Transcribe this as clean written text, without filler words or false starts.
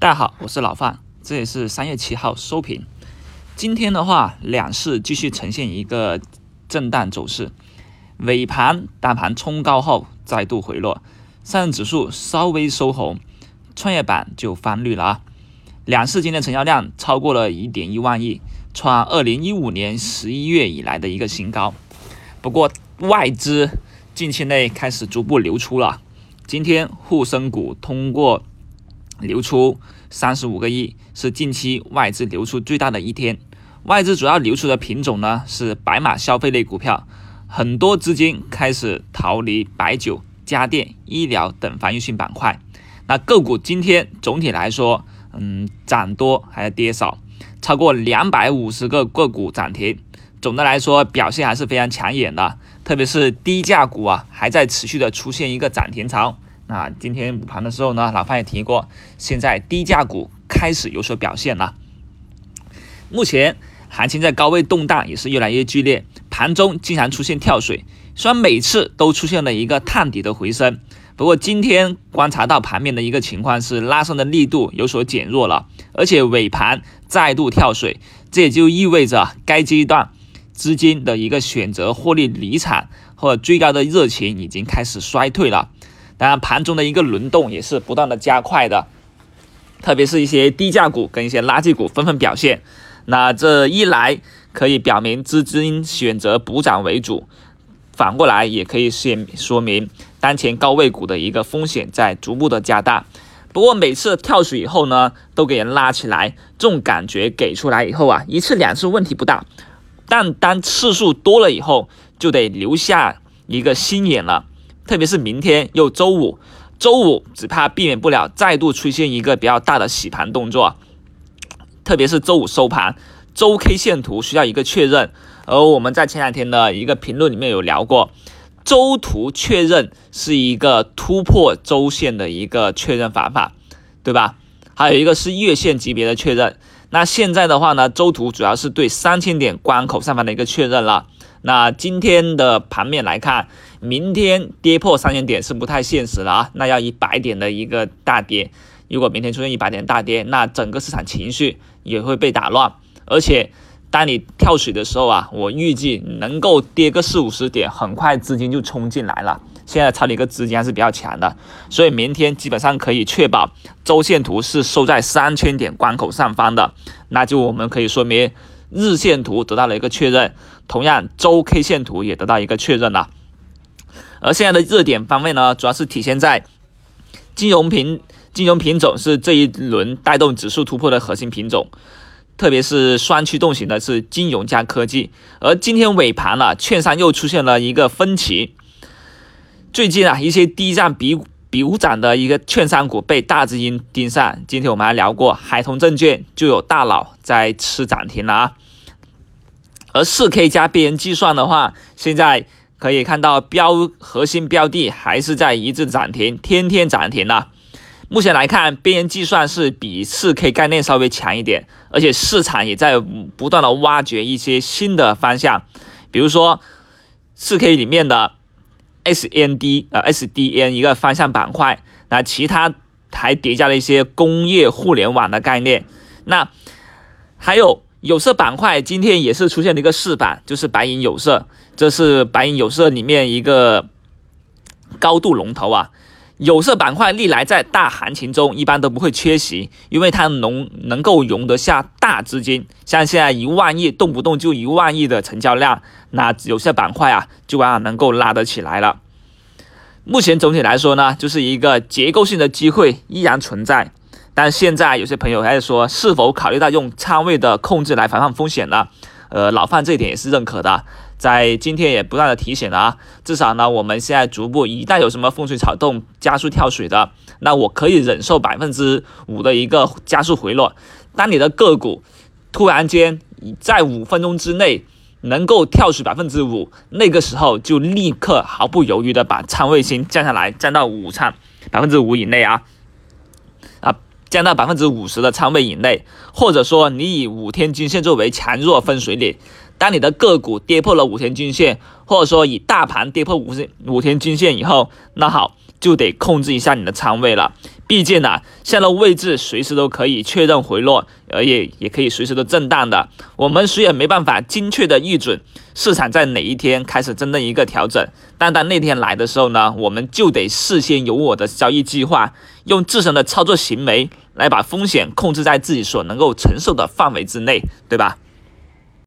大家好，我是老范，这也是3月7号收评。今天的话，两市继续呈现一个震荡走势，尾盘大盘冲高后再度回落，上证指数稍微收红，创业板就翻绿了啊。两市今天成交量超过了 1.1 万亿，创2015年11月以来的一个新高。不过外资近期内开始逐步流出了，今天沪深股通过流出35个亿，是近期外资流出最大的一天。外资主要流出的品种呢是白马消费类股票，很多资金开始逃离白酒、家电、医疗等防御性板块。那个股今天总体来说，涨多还是跌少，超过250个个股涨停。总的来说表现还是非常抢眼的，特别是低价股啊，还在持续的出现一个涨停潮。那今天午盘的时候呢，老范也提过，现在低价股开始有所表现了。目前行情在高位动荡，也是越来越剧烈，盘中经常出现跳水，虽然每次都出现了一个探底的回升，不过今天观察到盘面的一个情况是拉升的力度有所减弱了，而且尾盘再度跳水，这也就意味着该阶段资金的一个选择获利离场或者追高的热情已经开始衰退了。当然盘中的一个轮动也是不断的加快的，特别是一些低价股跟一些垃圾股纷纷表现。那这一来可以表明资金选择补涨为主，反过来也可以说明当前高位股的一个风险在逐步的加大。不过每次跳水以后呢，都给人拉起来，这种感觉给出来以后啊，一次两次问题不大，但当次数多了以后，就得留下一个心眼了。特别是明天又周五只怕避免不了再度出现一个比较大的洗盘动作，特别是周五收盘，周 K 线图需要一个确认，而我们在前两天的一个评论里面有聊过，周图确认是一个突破周线的一个确认方法，对吧？还有一个是月线级别的确认。那现在的话呢，周图主要是对3000点关口上方的一个确认了。那今天的盘面来看，明天跌破3000点是不太现实了啊，那要100点的一个大跌。如果明天出现100点大跌，那整个市场情绪也会被打乱，而且当你跳水的时候啊，我预计能够跌个40-50点，很快资金就冲进来了。现在抄的一个资金还是比较强的，所以明天基本上可以确保周线图是收在3000点关口上方的，那就我们可以说明日线图得到了一个确认，同样周 K 线图也得到一个确认了。而现在的热点方面呢，主要是体现在金融品种是这一轮带动指数突破的核心品种，特别是双驱动型的是金融加科技。而今天尾盘了，券商又出现了一个分歧。最近啊，一些低涨比武涨的一个券商股被大资金盯上。今天我们还聊过，海通证券就有大佬在吃涨停了啊。而 4K 加边缘计算的话，现在可以看到核心标的还是在一致涨停，天天涨停了。目前来看，边缘计算是比 4K 概念稍微强一点，而且市场也在不断的挖掘一些新的方向，比如说 4K 里面的SDN 一个方向板块，那其他还叠加了一些工业互联网的概念。那还有有色板块今天也是出现了一个试板，就是白银有色，这是白银有色里面一个高度龙头啊。有色板块历来在大行情中一般都不会缺席，因为它能够容得下大资金，像现在1万亿动不动就1万亿的成交量，那有色板块啊就能够拉得起来了。目前总体来说呢，就是一个结构性的机会依然存在，但现在有些朋友还是说，是否考虑到用仓位的控制来防范风险呢？老范这一点也是认可的，在今天也不断的提醒了啊，至少呢，我们现在逐步一旦有什么风吹草动加速跳水的，那我可以忍受5%的一个加速回落。当你的个股突然间在5分钟之内能够跳水5%，那个时候就立刻毫不犹豫的把仓位先降下来，降到5%以内啊，降到50%的仓位以内，或者说你以5天均线作为强弱分水岭。当你的个股跌破了5天均线，或者说以大盘跌破5天均线以后，那好， 就得控制一下你的仓位了。毕竟呢，现在的位置随时都可以确认回落，也可以随时都震荡的。我们谁也没办法精确的预准市场在哪一天开始真正一个调整。但当那天来的时候呢，我们就得事先有我的交易计划，用自身的操作行为来把风险控制在自己所能够承受的范围之内，对吧？